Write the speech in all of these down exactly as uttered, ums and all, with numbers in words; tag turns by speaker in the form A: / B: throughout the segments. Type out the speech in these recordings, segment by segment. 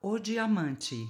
A: O diamante.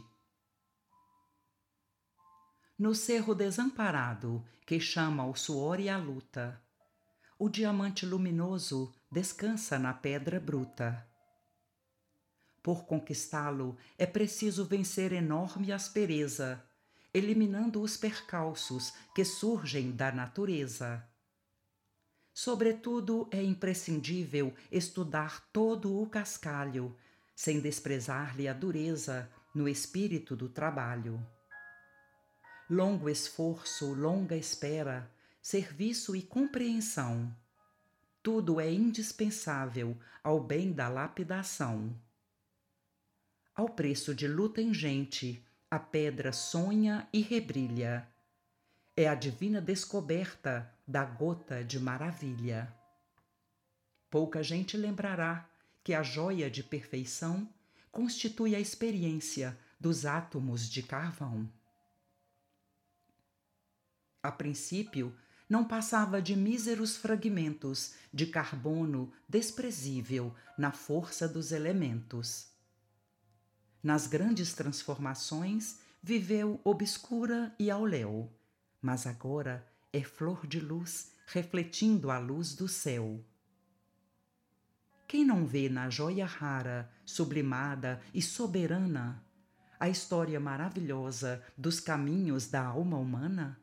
A: No cerro desamparado, que chama o suor e a luta, o diamante luminoso descansa na pedra bruta. Por conquistá-lo, é preciso vencer enorme aspereza, eliminando os percalços que surgem da natureza. Sobretudo, é imprescindível estudar todo o cascalho, sem desprezar-lhe a dureza no espírito do trabalho. Longo esforço, longa espera, serviço e compreensão. Tudo é indispensável ao bem da lapidação. Ao preço de luta ingente, a pedra sonha e rebrilha. É a divina descoberta da gota de maravilha. Pouca gente lembrará que a joia de perfeição constitui a experiência dos átomos de carvão. A princípio, não passava de míseros fragmentos de carbono desprezível na força dos elementos. Nas grandes transformações, viveu obscura e ao léu, mas agora é flor de luz refletindo a luz do céu. Quem não vê na joia rara, sublimada e soberana, a história maravilhosa dos caminhos da alma humana?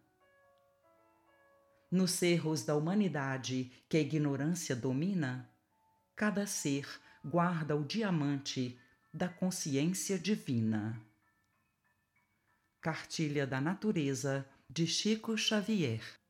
A: Nos cerros da humanidade que a ignorância domina, cada ser guarda o diamante da consciência divina. Cartilha da Natureza, de Chico Xavier.